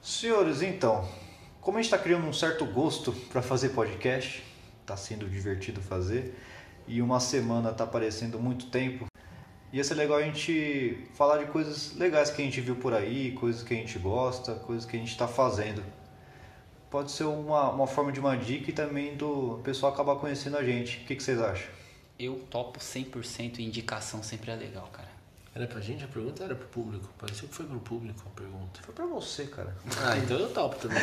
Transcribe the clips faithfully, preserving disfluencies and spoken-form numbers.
Senhores, então, como a gente está criando um certo gosto para fazer podcast, está sendo divertido fazer, e uma semana está parecendo muito tempo, ia ser legal a gente falar de coisas legais que a gente viu por aí, coisas que a gente gosta, coisas que a gente está fazendo. Pode ser uma, uma forma de uma dica e também do pessoal acabar conhecendo a gente. O que, que vocês acham? Eu topo cem por cento e indicação sempre é legal, cara. Era pra gente a pergunta ou era pro público? Pareceu que foi pro público a pergunta. Foi pra você, cara. Ah, então eu topo também.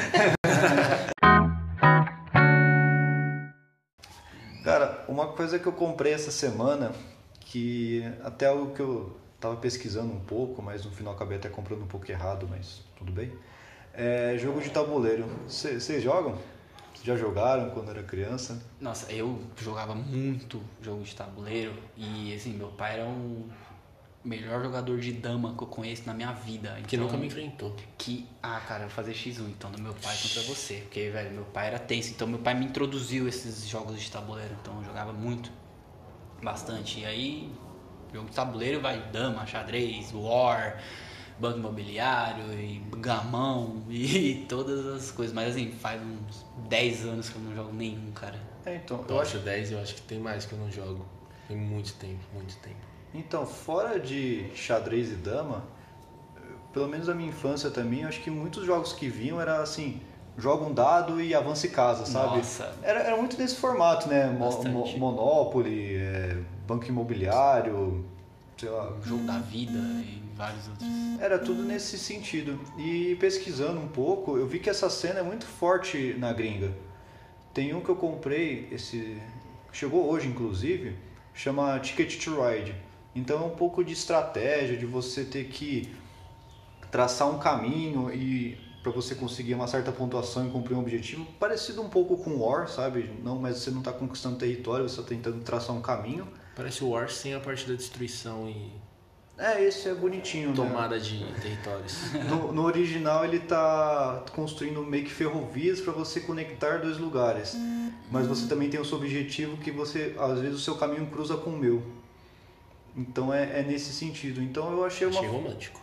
Cara, uma coisa que eu comprei essa semana, que até algo que eu tava pesquisando um pouco, mas no final acabei até comprando um pouco errado, mas tudo bem. É jogo de tabuleiro. Vocês jogam? Vocês já jogaram quando era criança? Nossa, eu jogava muito jogo de tabuleiro e, assim, meu pai era um melhor jogador de dama que eu conheço na minha vida. Que então, nunca me enfrentou. Que, ah, cara, eu vou fazer xis um, então, do meu pai contra você. Porque, velho, meu pai era tenso, então meu pai me introduziu esses jogos de tabuleiro, então eu jogava muito, bastante. E aí, jogo de tabuleiro vai dama, xadrez, war, banco imobiliário, e gamão e todas as coisas. Mas, assim, faz uns dez anos que eu não jogo nenhum, cara. É, então, Eu acho dez, eu acho que tem mais que eu não jogo. Tem muito tempo, muito tempo. Então, fora de xadrez e dama, pelo menos na minha infância também, eu acho que muitos jogos que vinham era assim, joga um dado e avança em casa, sabe? Nossa. Era, era muito nesse formato, né? Mo- Bastante. mo- Monopoly, é, banco imobiliário, sei lá. Jogo da vida e vários outros. Era tudo nesse sentido. E pesquisando um pouco, eu vi que essa cena é muito forte na gringa. Tem um que eu comprei, esse chegou hoje inclusive, chama Ticket to Ride. Então é um pouco de estratégia, de você ter que traçar um caminho e para você conseguir uma certa pontuação e cumprir um objetivo, parecido um pouco com War, sabe? Não, mas você não está conquistando território, você está tentando traçar um caminho. Parece o War sem a parte da destruição e É, esse é bonitinho, tomada de territórios. né? No, no original ele tá construindo meio que ferrovias para você conectar dois lugares. Mas você também tem o seu objetivo que você, às vezes o seu caminho cruza com o meu. Então é, é nesse sentido. Então eu achei uma... Achei romântico.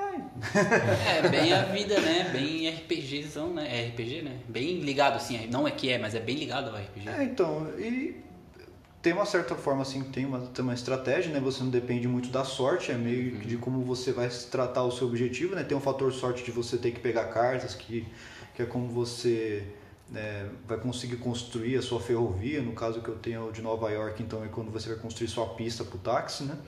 É, bem a vida, né? Bem RPGzão, né? É R P G, né? Bem ligado, assim. Não é que é, mas é bem ligado ao R P G. É, então, e tem uma certa forma, assim, tem uma, tem uma estratégia, né? Você não depende muito da sorte, é meio que de como você vai tratar o seu objetivo, né? Tem um fator sorte de você ter que pegar cartas, que, que é como você... né, vai conseguir construir a sua ferrovia, no caso que eu tenho de Nova York, então é quando você vai construir sua pista para o táxi, né?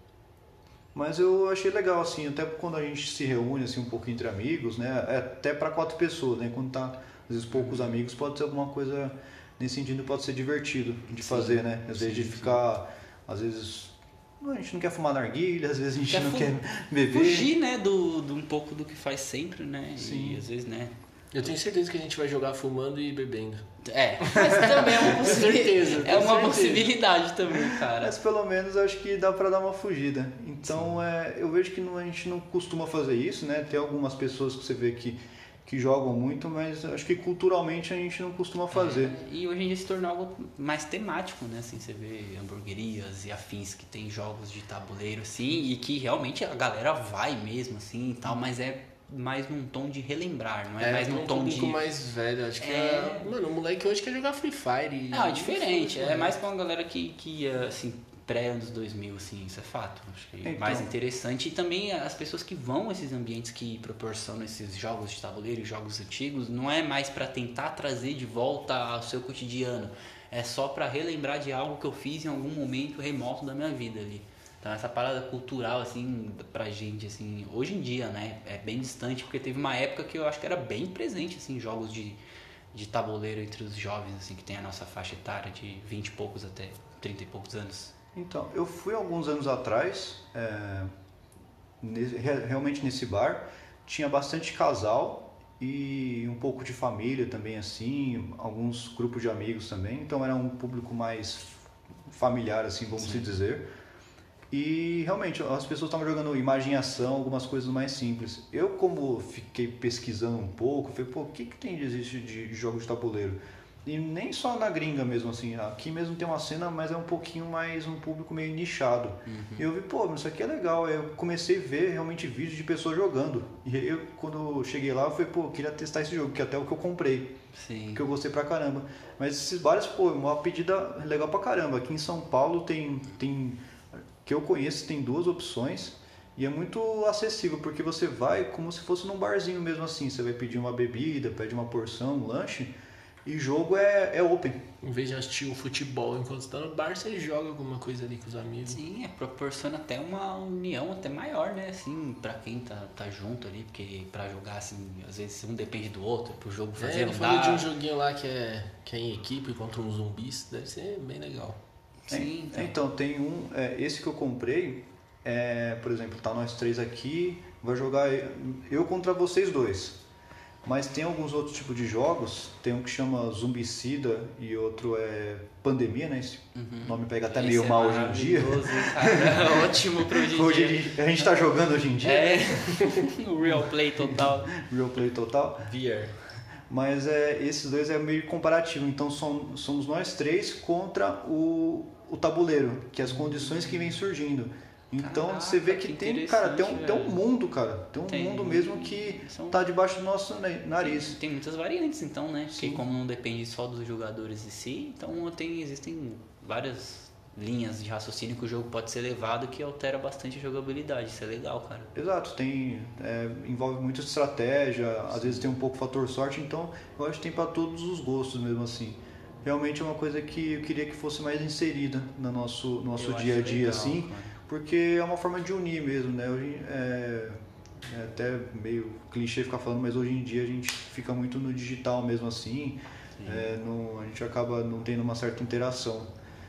Mas eu achei legal, assim, até quando a gente se reúne, assim, um pouco entre amigos, né? É até para quatro pessoas, né? Quando tá, às vezes, poucos amigos, pode ser alguma coisa nesse sentido, pode ser divertido de Sim, fazer, né? Às vezes sim, de ficar, às vezes... A gente não quer fumar narguilha, às vezes a gente Quer não fu- quer beber. Fugir, né? Do, do um pouco do que faz sempre, né? Sim. E às vezes, né? Eu tenho certeza que a gente vai jogar fumando e bebendo. É, mas também é uma, Com possibilidade, certeza, é com uma certeza. possibilidade também, cara. Mas pelo menos eu acho que dá pra dar uma fugida. Então é, eu vejo que não, a gente não costuma fazer isso, né? Tem algumas pessoas que você vê que, que jogam muito, mas acho que culturalmente a gente não costuma fazer. É, e hoje em dia se tornou algo mais temático, né? Assim, você vê hamburguerias e afins que tem jogos de tabuleiro, assim, e que realmente a galera vai mesmo, assim, e tal, mas é mais num tom de relembrar, não é, mais num um tom público de... mais velho. Acho que É. é... Mano, o moleque hoje quer jogar Free Fire. E... Não, é diferente, é Mano. mais pra uma galera que, que ia, assim, pré-anos dois mil, assim, isso é fato. Acho que é Então. mais interessante. E também as pessoas que vão a esses ambientes que proporcionam esses jogos de tabuleiro e jogos antigos, não é mais pra tentar trazer de volta ao seu cotidiano. É só pra relembrar de algo que eu fiz em algum momento remoto da minha vida ali. Então essa parada cultural, assim, pra gente, assim, hoje em dia, né, é bem distante, porque teve uma época que eu acho que era bem presente, assim, jogos de, de tabuleiro entre os jovens, assim, que tem a nossa faixa etária de vinte e poucos até trinta e poucos anos. Então, eu fui alguns anos atrás, é, nesse- re- realmente nesse bar, tinha bastante casal e um pouco de família também, assim, alguns grupos de amigos também, então era um público mais familiar, assim, vamos se dizer. E realmente as pessoas estavam jogando imagem e ação, algumas coisas mais simples. Eu, como fiquei pesquisando um pouco, falei, pô, o que, que tem de existe de jogo de tabuleiro? E nem só na gringa mesmo, assim. Aqui mesmo tem uma cena, mas é um pouquinho mais um público meio nichado. Uhum. E eu vi, pô, mas isso aqui é legal. Aí eu comecei a ver realmente vídeos de pessoas jogando. E aí eu, quando eu cheguei lá, eu falei, pô, eu queria testar esse jogo, que é até o que eu comprei. Sim. Que eu gostei pra caramba. Mas esses bares, pô, uma pedida legal pra caramba. Aqui em São Paulo tem, tem que eu conheço, tem duas opções. E é muito acessível, porque você vai como se fosse num barzinho mesmo assim. Você vai pedir uma bebida, pede uma porção, um lanche. E jogo é, é open. Em vez de assistir o futebol enquanto você tá no bar, você joga alguma coisa ali com os amigos. Sim, é, proporciona até uma união até maior, né? Assim, pra quem tá, tá junto ali, porque pra jogar, assim, às vezes um depende do outro, pro jogo fazer É, não ele falou dá. de um joguinho lá que é, que é em equipe contra uns zumbis, deve ser bem legal. Sim, então. Então, tem um, é, esse que eu comprei, é, por exemplo, tá nós três aqui, vai jogar eu contra vocês dois. Mas tem alguns outros tipos de jogos, tem um que chama Zumbicida e outro é Pandemia, né? Esse Uhum. nome pega até Esse meio é mal hoje em dia. maravilhoso, cara. Ótimo pro hoje em Hoje dia. a gente tá jogando hoje em dia, É, o real play total. Real Play total. V R. Mas é, esses dois é meio comparativo, então som, somos nós três contra o, o tabuleiro, que é as condições que vêm surgindo. Então Caraca, você vê que, que tem, cara, tem um, interessante, tem um velho. mundo, cara. Tem um Tem. mundo mesmo que São- tá debaixo do nosso na- nariz. Tem muitas variantes então, né? Porque Sim. como não depende só dos jogadores em si, então tem, existem várias linhas de raciocínio que o jogo pode ser levado que altera bastante a jogabilidade. Isso é legal, cara. Exato, tem, é, envolve muita estratégia, às vezes tem um pouco fator sorte, então eu acho que tem para todos os gostos mesmo assim. Realmente é uma coisa que eu queria que fosse mais inserida no nosso, no nosso Eu dia a acho dia, legal, assim, cara. porque é uma forma de unir mesmo, né? Hoje, é, é até meio clichê ficar falando, mas hoje em dia a gente fica muito no digital mesmo assim, é, não, a gente acaba não tendo uma certa interação.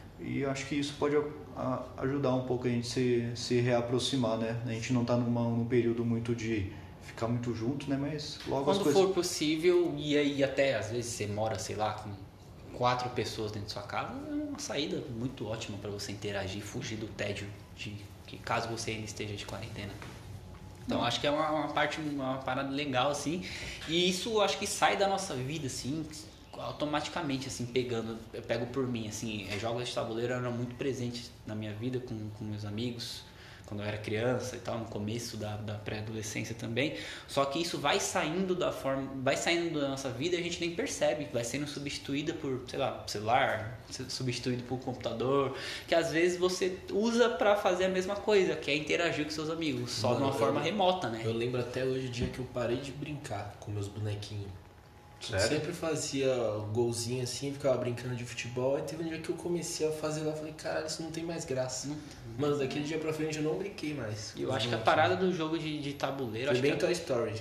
E acho que isso pode a, ajudar um pouco a gente se, se reaproximar, né? A gente não tá numa, num período muito de ficar muito junto, né? Mas logo as Quando coisas... for possível, e aí até às vezes você mora, sei lá, com quatro pessoas dentro de sua casa, é uma saída muito ótima para você interagir, fugir do tédio de que caso você ainda esteja de quarentena. Então acho que é uma, uma parte, uma parada legal assim, e isso acho que sai da nossa vida assim, automaticamente assim, pegando, eu pego por mim assim, jogos de tabuleiro eram muito presentes na minha vida com, com meus amigos, quando eu era criança e tal, no começo da, da pré-adolescência também. Só que isso vai saindo da forma, vai saindo da nossa vida e a gente nem percebe, vai sendo substituída por, sei lá, celular, substituído por computador, que às vezes você usa pra fazer a mesma coisa, que é interagir com seus amigos, só Mano, de uma eu- forma remota, né? Eu lembro até hoje o dia que eu parei de brincar com meus bonequinhos. Eu Sério? sempre fazia golzinho assim, ficava brincando de futebol. Aí teve um dia que eu comecei a fazer lá, falei, caralho, isso não tem mais graça. Não. Mano, daquele dia pra frente eu não brinquei mais. Eu com os acho que a bonequinhos. parada do jogo de, de tabuleiro, Foi acho bem que Toy Story.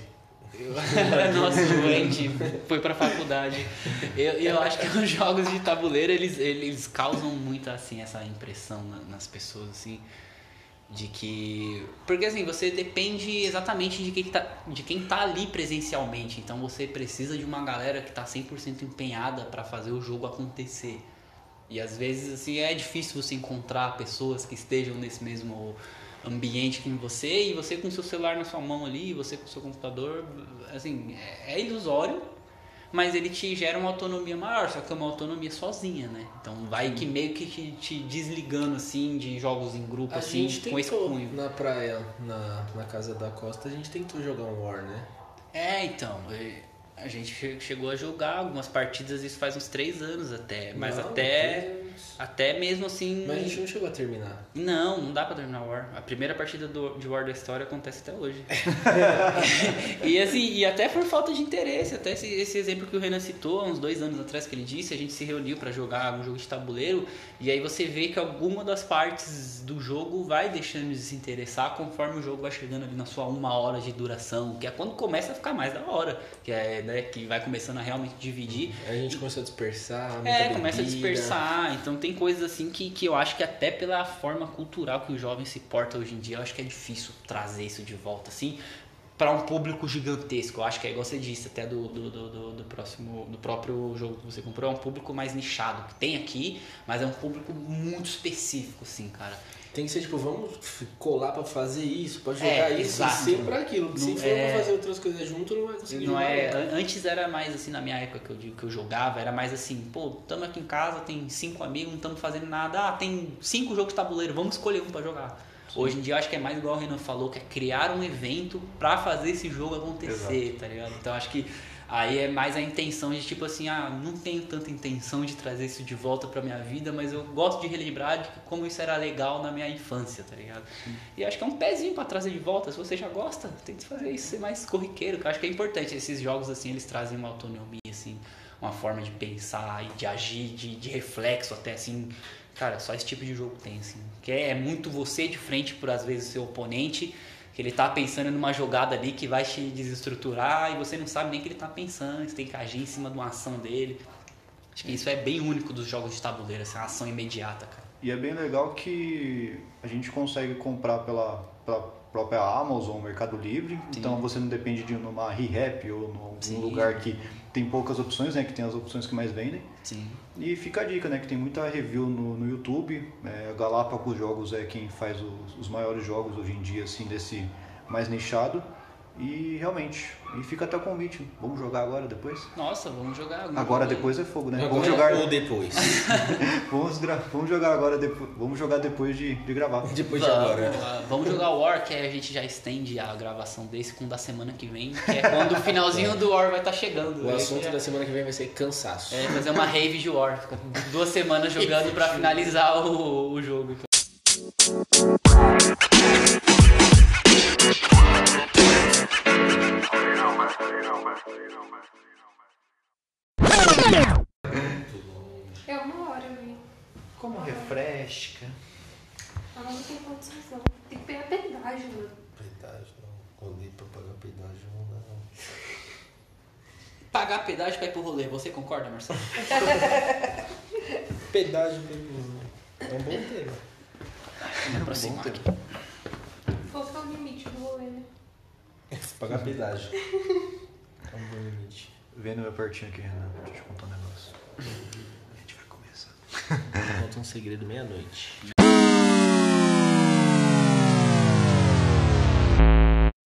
Eu- Nossa, doente, foi pra faculdade. Eu, eu acho que os jogos de tabuleiro, eles, eles causam muito, assim, essa impressão na- nas pessoas, assim, de que... Porque, assim, você depende exatamente de quem tá, de quem tá ali presencialmente. Então, você precisa de uma galera que tá cem por cento empenhada pra fazer o jogo acontecer. E, às vezes, assim, é difícil você encontrar pessoas que estejam nesse mesmo ambiente que você, e você com seu celular na sua mão ali, você com seu computador, assim, é, é ilusório, mas ele te gera uma autonomia maior, só que é uma autonomia sozinha, né? Então vai que meio que te, te desligando, assim, de jogos em grupo, A assim, gente com esse tentou, cunho. na praia, na, na casa da Costa, a gente tentou jogar um War, né? É, então, é, a gente che- chegou a jogar algumas partidas, isso faz uns três anos até, mas Não, até, três anos. até mesmo assim... Mas a gente não chegou a terminar. Não, não dá pra terminar War. A primeira partida do, de War da história acontece até hoje. e assim, e até por falta de interesse, até esse, esse exemplo que o Renan citou, há uns dois anos atrás que ele disse, a gente se reuniu pra jogar um jogo de tabuleiro, e aí você vê que alguma das partes do jogo vai deixando de se interessar conforme o jogo vai chegando ali na sua uma hora de duração, que é quando começa a ficar mais da hora, que é, né, que vai começando a realmente dividir. Aí a gente começou a dispersar. muita É, começa a bebida. dispersar. Então tem coisas assim que, que eu acho que até pela forma cultural que o jovem se porta hoje em dia, eu acho que é difícil trazer isso de volta, assim, para um público gigantesco. Eu acho que é igual você disse, até do, do, do, do- do próximo, do próprio jogo que você comprou, é um público mais nichado, que tem aqui, mas é um público muito específico, assim, cara. Tem que ser tipo, vamos colar pra fazer isso, pra jogar É, isso exato. e ser pra aquilo. Se Não for é- pra fazer outras coisas junto, não vai conseguir Não jogar. é, an- antes era mais assim, na minha época que eu digo que eu jogava, era mais assim, pô, tamo aqui em casa, tem cinco amigos, não estamos fazendo nada, ah, tem cinco jogos de tabuleiro, vamos escolher um pra jogar. Hoje em dia eu acho que é mais igual o Renan falou, que é criar um evento pra fazer esse jogo acontecer, tá ligado? Então acho que aí é mais a intenção de tipo assim, ah, não tenho tanta intenção de trazer isso de volta pra minha vida, mas eu gosto de relembrar de como isso era legal na minha infância, tá ligado? Sim. E acho que é um pezinho pra trazer de volta, se você já gosta, tente fazer isso ser mais corriqueiro, que eu acho que é importante. Esses jogos assim, eles trazem uma autonomia, assim, uma forma de pensar e de agir, de, de reflexo até assim. Cara, só esse tipo de jogo tem, assim. Que é muito você de frente por, às vezes, seu oponente, que ele tá pensando numa jogada ali que vai te desestruturar e você não sabe nem o que ele tá pensando, você tem que agir em cima de uma ação dele. Acho que isso é bem único dos jogos de tabuleiro, essa ação imediata, cara. E é bem legal que a gente consegue comprar pela, pela própria Amazon, Mercado Livre, Sim. então você não depende de numa ReHap ou num Sim. lugar que tem poucas opções, né, que tem as opções que mais vendem. Sim. E fica a dica, né, que tem muita review no, no YouTube, é, Galápagos Jogos é quem faz os, os maiores jogos hoje em dia, assim, desse mais nichado. E realmente, e fica até o convite, vamos jogar agora, depois? Nossa, vamos jogar agora. Agora, depois é fogo, né? Agora vamos jogar ou depois? vamos, gra... vamos jogar agora, depois... vamos jogar depois de, de gravar. Depois de vamos, agora. Uh, vamos jogar o War, que aí a gente já estende a gravação desse com o da semana que vem, que é quando o finalzinho é. do War vai estar tá chegando. O assunto já... da semana que vem vai ser cansaço. É, fazer uma rave de War, duas semanas jogando pra finalizar o, o jogo. É uma hora, vi. Como refresca. Ah, não tem condições não. Tem que pegar pedágio, mano. Pedágio não. Rolê pra pagar pedágio não dá não. Pagar pedágio pra ir pro rolê, você concorda, Marcelo? Pedágio pra ir pro rolê. É um bom tema. Vamos aproximar aqui. Qual que é o limite do rolê, né? Pagar pedágio. É um bom limite. Vendo meu pertinho aqui, Renan, deixa eu te contar um negócio. A gente vai começar. Conta um segredo meia-noite.